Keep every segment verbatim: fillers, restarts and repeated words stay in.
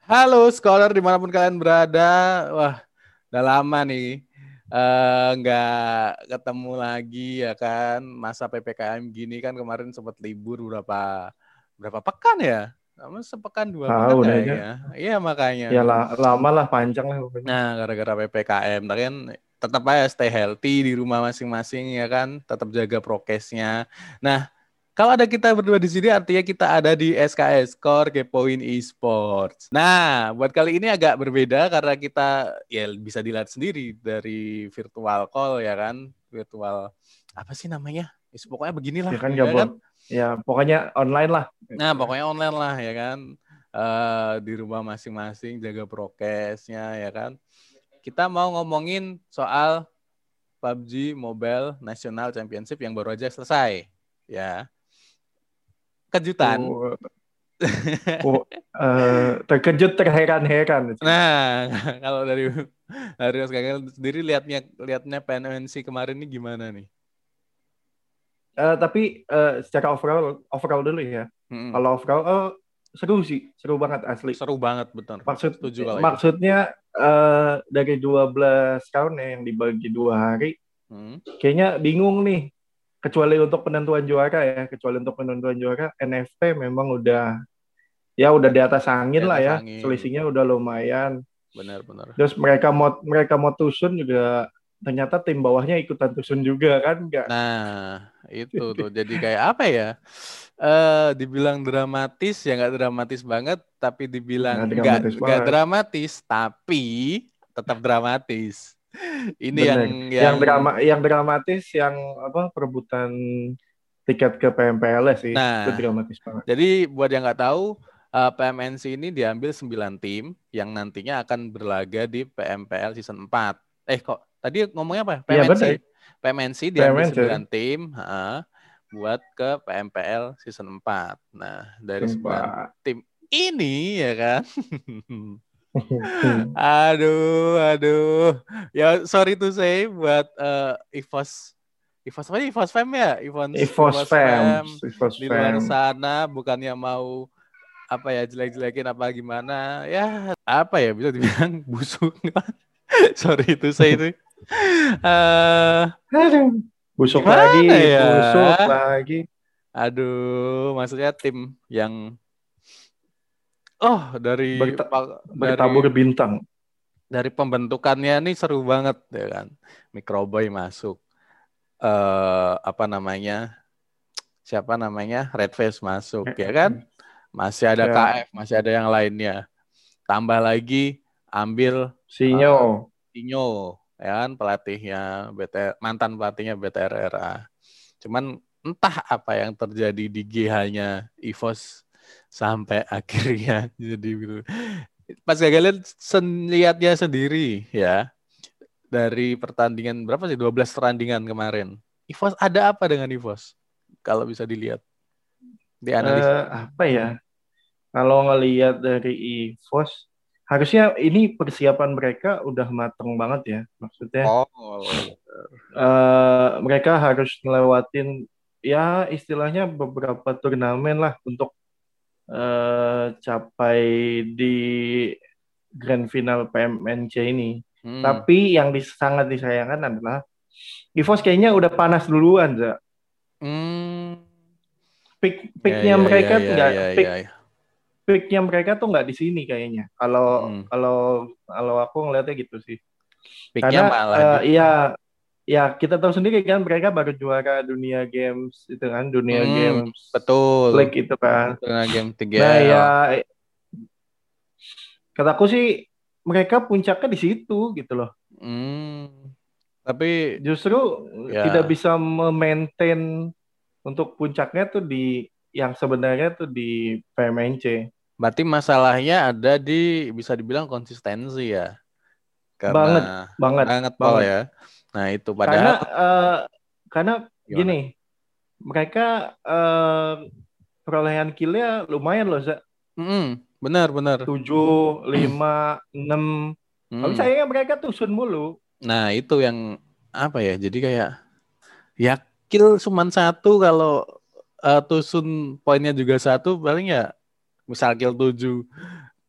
Halo scholar dimanapun kalian berada. Wah, udah lama nih eh, nggak ketemu lagi ya kan. Masa P P K M gini kan kemarin sempat libur berapa berapa pekan ya? Sama sepekan dua Tahu pekan dehnya. kayaknya. Iya makanya. Ya lah, lama lah, panjang lah pokoknya. Nah, gara-gara P P K M, tapi kan tetap aja stay healthy di rumah masing-masing ya kan, tetap jaga prokesnya. Nah, kalau ada kita berdua di sini artinya kita ada di S K S Core Kepoin Esports. Nah, buat kali ini agak berbeda karena kita ya bisa dilihat sendiri dari virtual call ya kan, virtual apa sih namanya? Ya, pokoknya beginilah Ya kan ya gak kan. boleh. Ya pokoknya online lah. Nah, Gitu. pokoknya online lah ya kan. Eh, di rumah masing-masing jaga prokesnya ya kan. Kita mau ngomongin soal P U B G Mobile National Championship yang baru aja selesai. Ya, kejutan. Oh, oh, eh, terkejut terheran-heran. Nah, kalau dari dari Mas Gagal sendiri lihatnya lihatnya P N M C kemarin ini gimana nih? Eh, tapi eh, secara overall, overall dulu ya. Mm-mm. Kalau overall, oh, seru sih, seru banget asli. Seru banget betul. Maksud Setuju kalau itu. maksudnya eh, dari dua belas tahun ya yang dibagi dua hari, Hmm. kayaknya bingung nih. Kecuali untuk penentuan juara ya, kecuali untuk penentuan juara, N F T memang udah ya udah di atas Di angin lah atas ya, angin selisihnya betul. udah lumayan. Benar-benar. Terus mereka mau mereka mau tusun juga ternyata tim bawahnya ikutan tusun juga kan nggak. Nah, itu tuh jadi kayak apa ya? Eh, dibilang dramatis ya nggak dramatis banget, tapi dibilang Nggak nggak dramatis nggak banget, dramatis, tapi tetap dramatis. Ini yang bener. Yang yang drama yang dramatis yang apa perebutan tiket ke P M P L S sih itu nah, dramatis banget. jadi buat yang nggak tahu, eh, P M N C ini diambil sembilan tim yang nantinya akan berlaga di P M P L season empat. Eh kok tadi ngomongnya apa? Iya P M N C. bener, P M N C diambil P M N sih sembilan tim, ha, buat ke P M P L season empat. Nah, dari sembilan sempat. tim ini ya kan. Aduh, aduh. Ya sorry to say buat uh, EVOS EVOS apa sih? EVOS Fam ya? EVOS EVOS EVOS Fam fans, EVOS di luar fans. sana bukannya mau apa ya jelek-jelekin apa gimana ya apa ya bisa dibilang busuk. Sorry to say itu. Eh Aduh, busuk lagi, gimana ya? busuk lagi. Aduh, maksudnya tim yang oh dari Berta- dari bertabur bintang. dari pembentukannya nih seru banget ya kan. Microboy masuk, eh apa namanya? Siapa namanya? Redface masuk ya kan? Masih ada Ya, K F, masih ada yang lainnya. Tambah lagi ambil Sinyo. uh, Tino ya kan pelatihnya B T R, mantan pelatihnya B T R R A. Cuman entah apa yang terjadi di G H-nya EVOS sampai akhirnya jadi gitu. Pas gagal lihat sen lihatnya sendiri ya dari pertandingan berapa sih dua belas pertandingan kemarin. EVOS ada apa dengan EVOS? Kalau bisa dilihat di analis. Eh, apa ya? Kalau ngelihat dari EVOS, harusnya ini persiapan mereka udah mateng banget ya. Maksudnya, Oh, eh, mereka harus ngelewatin ya istilahnya beberapa turnamen lah untuk eh, capai di grand final P M N C ini. hmm. Tapi yang dis- sangat disayangkan adalah EVOS kayaknya udah panas duluan, Za. Hmm. Pick Ya, picknya ya, ya, mereka ya, nggak ya, pick ya, ya. picknya mereka tuh nggak di sini kayaknya. Kalau Hmm. kalau kalau aku ngeliatnya gitu sih. Picknya Karena malah eh, di. ya ya kita tahu sendiri kan mereka baru juara dunia games itu kan dunia Hmm. games Betul. league itu kan. Dengan game Nah ya T G L. kataku sih mereka puncaknya di situ gitu loh. Hmm. Tapi Justru tidak ya, bisa memaintain untuk puncaknya tuh di yang sebenarnya tuh di P M N C. berarti masalahnya ada di bisa dibilang konsistensi ya. Karena Banget, banget, banget Pol banget. ya. Nah, itu Karena padahal eh, karena gimana? gini, mereka eh, perolehan killnya lumayan loh, Za. Hmm, benar, benar. tujuh, lima, enam. Tapi Hmm. sayangnya mereka tusun mulu. Nah, itu yang apa ya? Jadi kayak ya kill cuma satu kalau eh, Tusun poinnya juga satu paling ya misal kill tujuh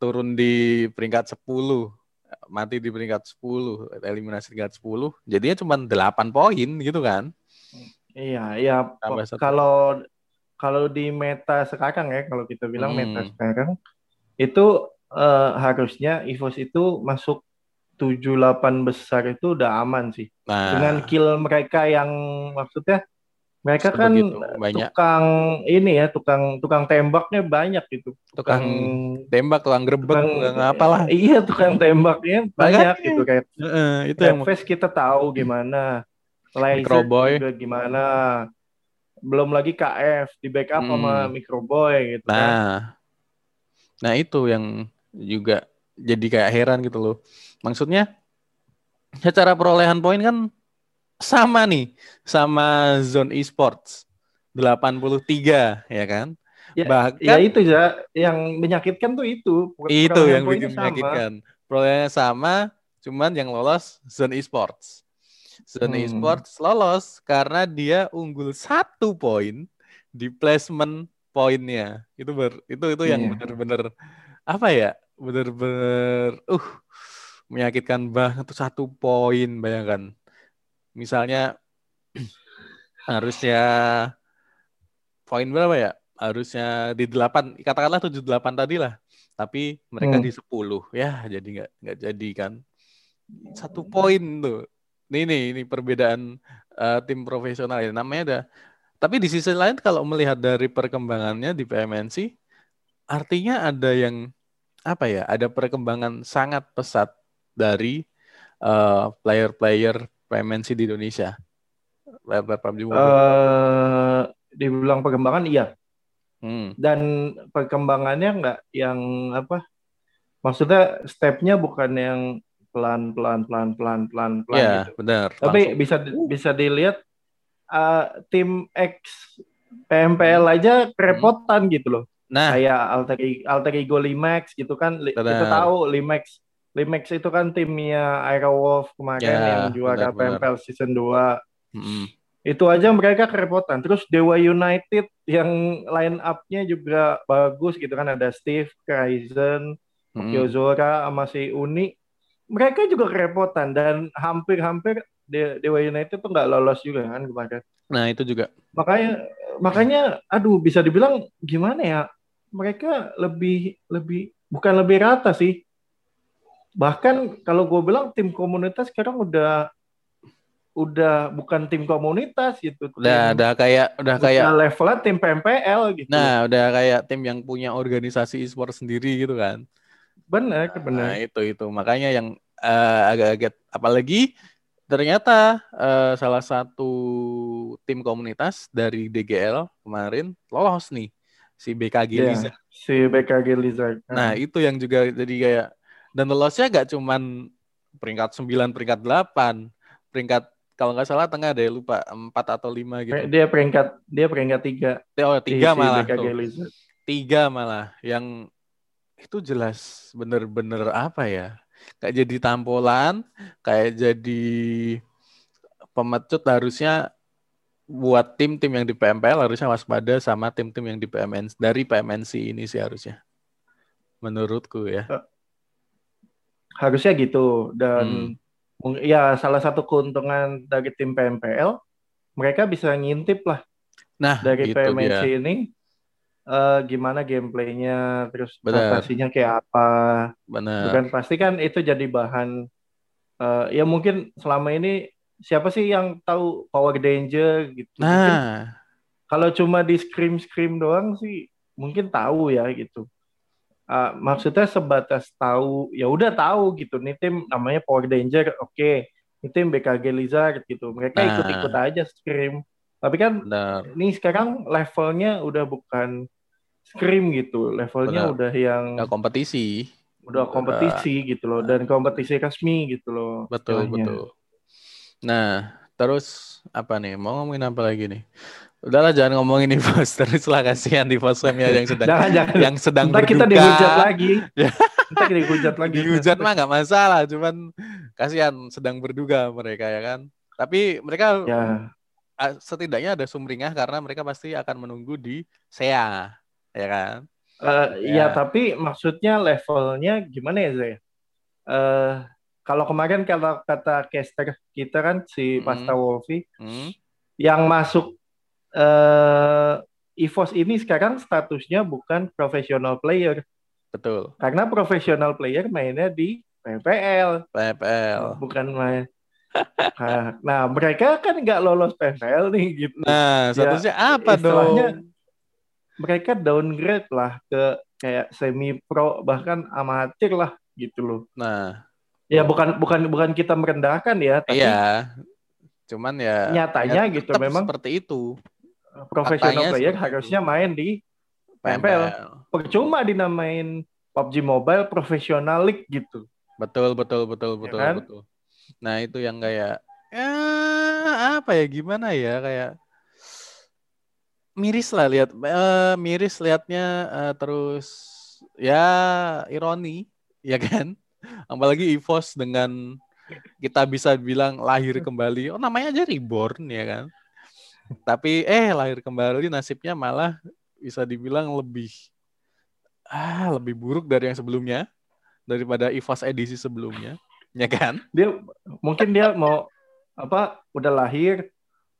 turun di peringkat sepuluh, mati di peringkat sepuluh, eliminasi peringkat sepuluh, jadinya cuma delapan poin gitu kan. Iya, iya. Tambah satu. Kalau kalau di meta sekarang ya, kalau kita bilang meta Hmm. sekarang itu eh, harusnya EVOS itu masuk tujuh delapan besar itu udah aman sih. Dengan Nah, kill mereka yang maksudnya mereka kan sebegitu banyak tukang ini ya, tukang tukang tembaknya banyak gitu. Tukang tukang tembak, tukang grebek, tukang tukang apalah. iya tukang tembaknya banyak Makanya gitu kayak heeh, itu yang Red Face kita tahu gimana, Laser Microboy. juga gimana. Belum lagi K F di backup sama Hmm. Microboy gitu kan. Nah, nah itu yang juga jadi kayak heran gitu loh. Maksudnya secara perolehan poin kan sama nih sama Zone Esports delapan puluh tiga ya kan. Ya, ya Bahkan itu ya yang menyakitkan tuh itu itu perolehan yang poinnya bikin sama. menyakitkan. Perolehannya sama, cuman yang lolos Zone Esports. Zone Hmm, Esports lolos karena dia unggul satu poin di placement poinnya. Itu ber, itu itu yang iya. benar-benar apa ya? Benar-benar uh menyakitkan banget tuh satu poin, bayangkan. Misalnya harusnya poin berapa ya? Harusnya di delapan, katakanlah tujuh delapan tadi lah. Tapi mereka di Hmm. sepuluh. Ya, jadi nggak nggak jadi kan. Satu poin tuh. Ini ini, ini perbedaan uh, tim profesional ya. Namanya ada. Tapi di sisi lain kalau melihat dari perkembangannya di P M N C, artinya ada yang apa ya? Ada perkembangan sangat pesat dari uh, player-player P M N C di Indonesia. Player-player P U B G Mobile. eh dibilang perkembangan iya, Hmm. dan perkembangannya nggak yang apa, maksudnya stepnya bukan yang pelan pelan pelan pelan pelan pelan Ya, gitu, benar. Langsung. tapi bisa Uh. bisa dilihat eh, tim X P M P L aja Hmm. kerepotan gitu loh, Nah, kayak alter, alter ego Limax gitu kan. Li- kita benar. tahu Limax Limax itu kan timnya Aerowolf Ya, kemarin yang juara benar-benar. P M P L season dua. Hmm. Itu aja mereka kerepotan. Terus Dewa United yang line up-nya juga bagus gitu kan. Ada Steve, Kaizen, Hmm. Okiozora, sama si Uni. Mereka juga kerepotan. Dan hampir-hampir De- Dewa United tuh nggak lolos juga kan kemarin. Nah, itu juga. Makanya, makanya, aduh bisa dibilang gimana ya? Mereka lebih, lebih, bukan lebih rata sih. Bahkan kalau gue bilang tim komunitas sekarang udah udah bukan tim komunitas gitu, Udah, tim udah kayak, udah kayak, udah levelnya tim P M P L gitu nah, loh. udah kayak tim yang punya organisasi e-sport sendiri gitu kan. Bener, Nah, bener. itu itu makanya yang eh, agak-agak, apalagi ternyata eh, salah satu tim komunitas dari D G L kemarin lolos nih, si B K G Ya, Liza. si B K G Lizard. Nah, Heeh. itu yang juga jadi kayak, dan lolosnya gak cuman peringkat sembilan, peringkat delapan, peringkat kalau nggak salah tengah deh, lupa empat atau lima gitu. Dia peringkat dia peringkat tiga Oh, di tiga si malah B K G tuh. Lizard. Tiga malah yang itu jelas bener-bener apa ya? Kayak jadi tampolan, kayak jadi pemecut, harusnya buat tim-tim yang di P M P L harusnya waspada sama tim-tim yang di P M N dari P M N C ini sih harusnya. Menurutku ya. Eh, Harusnya gitu. Dan Hmm. mung- ya salah satu keuntungan dari tim P M P L, mereka bisa ngintip lah Nah, dari itu dia. P M N C ini eh, gimana gameplaynya, terus Benar, rotasinya kayak apa. Bukan benar. pasti kan itu jadi bahan. Eh, ya mungkin selama ini siapa sih yang tahu Power Danger gitu? Mungkin Nah, kalau cuma di scream-scream doang sih mungkin tahu ya gitu. Ah, maksudnya sebatas tahu, ya udah tahu gitu. Nih tim namanya Power Danger, oke. Ini tim B K G Lizard gitu. Mereka ikut-ikut nah, aja scream. Tapi kan benar, ini sekarang levelnya udah bukan scream gitu. Levelnya benar. udah yang Ya kompetisi. udah Udah, kompetisi gitu loh, dan kompetisi resmi gitu loh betul, istilahnya. betul. Nah, terus apa nih? Mau ngomongin apa lagi nih? Udahlah, jangan ngomongin di bos terus lah, kasihan di bos ya yang sedang Jangan, jangan. yang sedang Entah kita berduka. dihujat lagi. Entah kita dihujat lagi. Dihujat mah nggak masalah, cuman kasihan sedang berduka mereka ya kan. Tapi mereka Ya, ah, setidaknya ada sumringah karena mereka pasti akan menunggu di S E A, ya kan? Uh, ya, Ya. tapi maksudnya levelnya gimana ya, Zay? Uh, kalau kemarin kalau kata caster kita kan si Pasta Mm-mm. Wolfie, Mm. yang masuk uh, EVOS ini sekarang statusnya bukan professional player. Betul. Karena professional player mainnya di P P L, P P L. bukan main. Nah, mereka kan nggak lolos P P L nih gitu. Nah, Ya, statusnya apa istilahnya dong? mereka downgrade lah ke kayak semi pro bahkan amatir lah gitu loh. Nah, Ya tuh. bukan bukan bukan kita merendahkan ya, Iya, tapi cuman ya, ya nyatanya gitu tetap memang seperti itu. professional Faktanya player seperti itu. harusnya main di P P L. P M P L. Percuma dinamain P U B G Mobile Professional League gitu, Betul, betul, betul, ya betul, kan? betul. Nah, itu yang kayak, ya apa ya, gimana ya, kayak miris lah lihat, eh, miris lihatnya, eh, terus ya ironi, ya kan? Apalagi EVOS dengan kita bisa bilang lahir kembali, oh namanya aja reborn ya kan? Tapi eh lahir kembali nasibnya malah bisa dibilang lebih ah lebih buruk dari yang sebelumnya, daripada EVOS edisi sebelumnya, ya kan? Dia mungkin dia mau apa udah lahir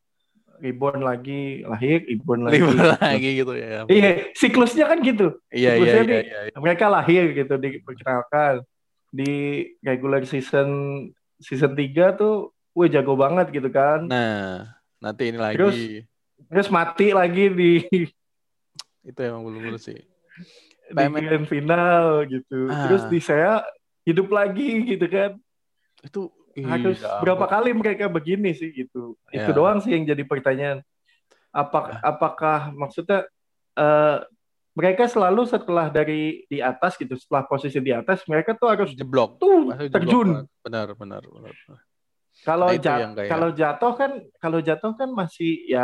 reborn lagi, lahir reborn Libur lagi gitu. lagi gitu ya. Iya, siklusnya kan gitu. Iya, iya, Siklusnya iya, nih iya, iya. mereka lahir gitu diperkenalkan di regular season season tiga tuh, wih jago banget gitu kan. Nah, nanti ini lagi. Terus terus mati lagi di Itu emang belum sih. di P M S grand final gitu. Terus di ah saya hidup lagi gitu kan. itu Harus iya berapa ampun. kali mereka begini sih gitu. Itu Ya, doang sih yang jadi pertanyaan. Apakah ya. apakah maksudnya eh, mereka selalu setelah dari di atas gitu, setelah posisi di atas mereka tuh harus Jeblok. tuh Pasti jeblok terjun. banget. Benar, benar, benar. benar. Kalau Nah, itu jat yang kayak kalau jatuh kan kalau jatuh kan masih ya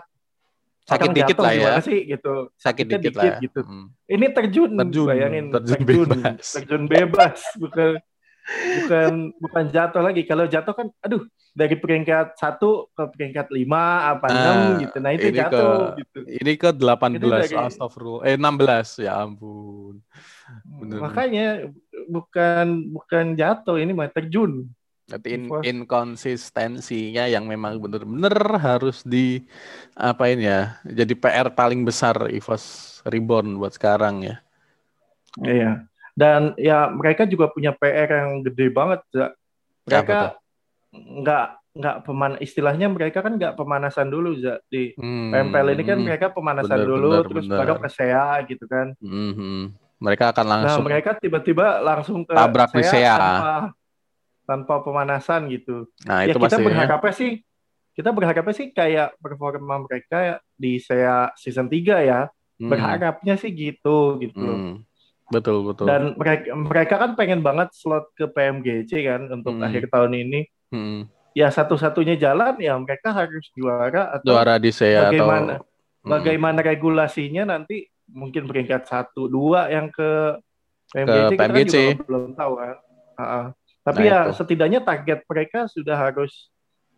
sakit orang dikit jatuh lah ya. gimana sih gitu, Sakit sakitnya dikit lah dikit ya. gitu. Mm. Ini terjun, Terjun, bayangin terjun terjun, bebas. terjun bebas, bukan bukan bukan jatuh lagi. Kalau jatuh kan, aduh dari peringkat satu ke peringkat lima apa enam Nah, gitu. Nah itu ini ke jatuh gitu. ini ke delapan Ini belas dari Astagfirullah. Eh enam belas ya ampun. Bener-bener. makanya bukan bukan jatuh ini mah terjun. Berarti in, Evos. inkonsistensinya yang memang bener-bener harus di apain ya. Jadi P R paling besar EVOS Reborn buat sekarang ya. Iya. Dan ya mereka juga punya P R yang gede banget. Ya. Apa tuh? Mereka nggak nggak peman istilahnya mereka kan nggak pemanasan dulu ya. Di P M P L ini kan Hmm, mereka pemanasan bener dulu bener terus baru bener. ke S E A gitu kan. Hmm, mereka akan Nah langsung mereka tiba-tiba langsung ke tabrak di S E A S E A. tanpa tanpa pemanasan gitu. Nah Ya itu kita pastinya. berharapnya sih kita berharapnya sih kayak performa mereka di S E A season tiga ya. Hmm, Berharapnya sih gitu gitu loh. hmm, betul betul. Dan mereka mereka kan pengen banget slot ke P M G C kan untuk Hmm, akhir tahun ini. hmm. Ya satu-satunya jalan ya mereka harus juara atau Juara di S E A atau bagaimana hmm, bagaimana regulasinya nanti mungkin peringkat satu dua yang ke ke P M G C kita kan P M G C. juga belum tahu kan. Uh-uh. Nah Tapi itu ya setidaknya target mereka sudah harus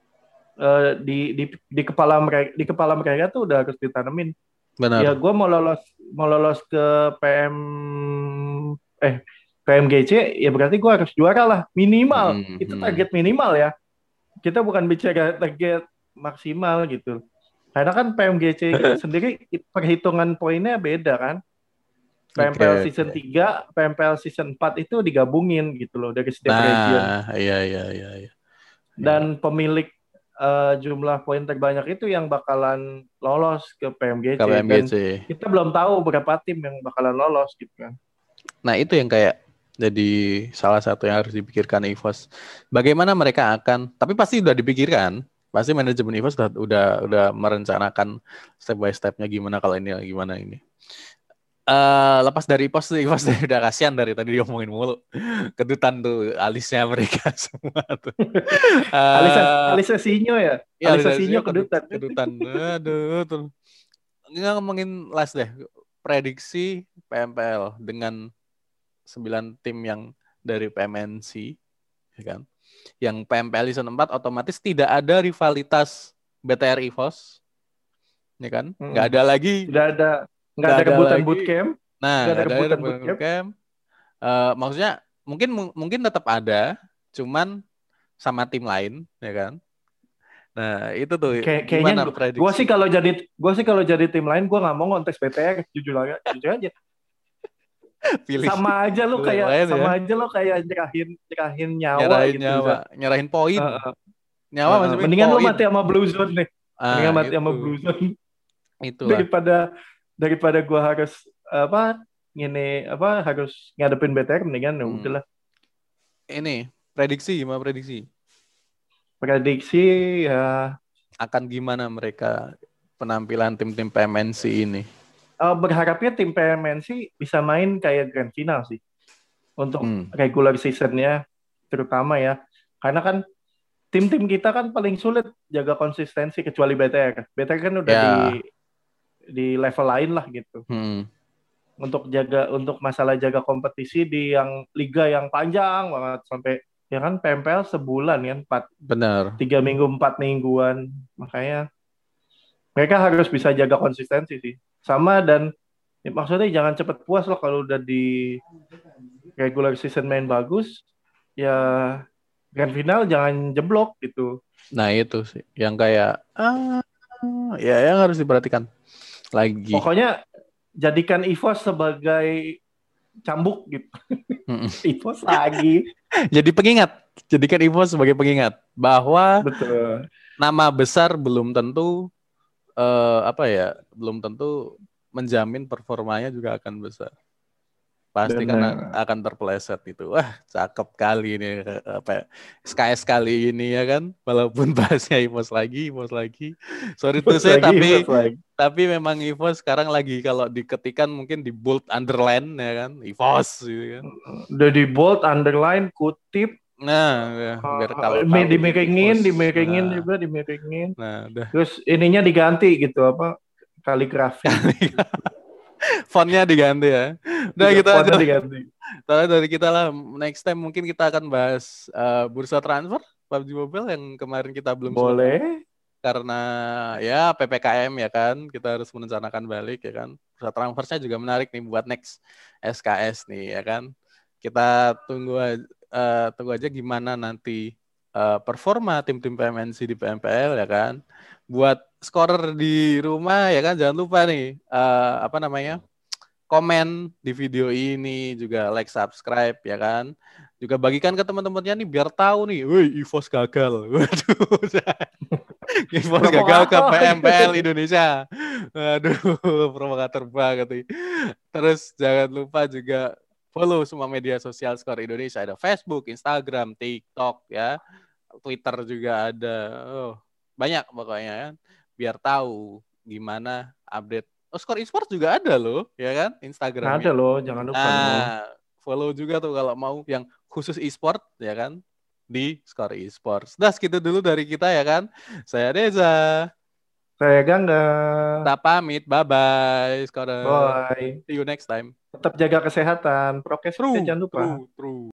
uh, di, di di kepala mereka di kepala mereka tuh udah harus ditanemin. Ya benar. gue mau lolos mau lolos ke P M eh P M G C ya berarti gue harus juara lah minimal Hmm, itu hmm. target minimal ya kita bukan bicara target maksimal gitu karena kan P M G C sendiri perhitungan poinnya beda kan Oke, P M P L season oke. tiga P M P L season empat itu digabungin gitu loh dari setiap region Nah, iya iya iya iya. Iya. dan pemilik uh, jumlah poin terbanyak itu yang bakalan lolos ke P M G C dan K P M G C. kita belum tahu berapa tim yang bakalan lolos gitu kan. Nah, itu yang kayak jadi salah satu yang harus dipikirkan EVOS. Bagaimana mereka akan, tapi pasti udah dipikirkan. Pasti manajemen EVOS udah udah udah merencanakan step by step-nya gimana kalau ini gimana ini. Uh, lepas dari pos EVOS udah kasihan dari tadi diomongin mulu. Kedutan tuh alisnya mereka semua tuh. Alisa Uh, Alisa Sinyo ya. ya Alisa alisnya Sinyo kedut, kedutan. kedutan. Aduh tuh. Nggak ngomongin last deh. Prediksi P M P L dengan sembilan tim yang dari P M N C, ya kan? Yang P M P L season empat otomatis tidak ada rivalitas B T R EVOS, ya kan? Nggak Mm-mm. ada lagi, Tidak ada nggak nggak ada ada rebutan lagi, bootcamp. Nah, nggak ada nggak ada rebutan rebutan bootcamp. bootcamp. Uh, maksudnya mungkin mungkin tetap ada, cuman sama tim lain, ya kan? Nah, itu tuh Kayak kayaknya gimana gua, gua prediksi? sih kalau jadi gua sih kalau jadi tim lain gua nggak mau ngontes B T R, jujur aja, jujur aja. Pilih Sama aja lo pilih yang kayak lain ya. sama aja lo kayak nyerahin nyerahin nyawa Nyerahin gitu nyawa, Zat. nyerahin poin. Uh, uh, Nyawa uh, uh. masih penting Mendingan lo poin. mati sama Blue Zone deh. Mendingan Ah, mati sama itu. Blue Zone Itulah. daripada daripada gua harus apa gini apa harus ngadepin B T R, mendingan ya Hmm. udahlah. Ini prediksi gimana prediksi? Prediksi ya Akan gimana mereka penampilan tim-tim P M N C ini? uh, berharapnya tim P M N C bisa main kayak grand final sih untuk Hmm. regular seasonnya terutama ya, karena kan tim-tim kita kan paling sulit jaga konsistensi kecuali B T R. B T R kan udah di Ya. di level lain lah gitu. Hmm. Untuk jaga untuk masalah jaga kompetisi di yang liga yang panjang banget sampai ya kan P M P L sebulan kan empat Benar. tiga minggu empat mingguan, makanya mereka harus bisa jaga konsistensi sih sama dan ya, maksudnya jangan cepet puas loh kalau udah di regular season main bagus ya grand final jangan jeblok gitu. Nah, itu sih yang kayak ah ya yang harus diperhatikan lagi. Pokoknya jadikan E V O S sebagai cambuk gitu. Mm-mm. E V O S lagi. Jadi pengingat, jadikan E V O S sebagai pengingat bahwa Betul. nama besar belum tentu eh, apa ya, belum tentu menjamin performanya juga akan besar. Pasti kan Benar. akan terpeleset itu. Wah, cakep kali ini apa ya, S K S kali ini ya kan. Walaupun bahasnya E V O S lagi, E V O S lagi. Sorry to say lagi, tapi lagi. tapi memang E V O S sekarang lagi kalau diketikan mungkin di bold underline ya kan. E V O S gitu kan. Udah di bold, underline, kutip. Nah, ya, biar kalau Uh, tahu dimiringin, dimiringin nah, juga, dimiringin. nah, udah. Terus ininya diganti gitu apa? Kaligrafi. Fontnya diganti ya. Udah Iya, gitu aja. diganti. Soalnya dari kita lah, next time mungkin kita akan bahas uh, bursa transfer P U B G Mobile yang kemarin kita belum sempat. Boleh. Karena ya P P K M ya kan, kita harus merencanakan balik ya kan. Bursa transfernya juga menarik nih buat next S K S nih ya kan. Kita tunggu uh, tunggu aja gimana nanti uh, performa tim-tim P M N C di P M P L ya kan. Buat scorer di rumah ya kan, jangan lupa nih uh, apa namanya, komen di video ini, juga like, subscribe ya kan. Juga bagikan ke teman-temannya nih biar tahu nih, woi E V O S gagal. Waduh. E V O S gagal ke P M P L Indonesia. Waduh, provokator banget nih. Terus jangan lupa juga follow semua media sosial Skor Indonesia, ada Facebook, Instagram, TikTok ya. Twitter juga ada. Oh, banyak pokoknya kan. Biar tahu gimana update. Oh, Skor Esports juga ada loh, ya kan? Instagramnya. Ada loh, jangan lupa Nah, loh. follow juga tuh kalau mau yang khusus e-sport, ya kan? Di Skor Esports. Dah, segitu dulu dari kita ya kan. Saya Reza. Saya Gangga. Kita pamit. Bye-bye, Skor. Bye. See you next time. Tetap jaga kesehatan. Prokes True, jangan lupa. true, true.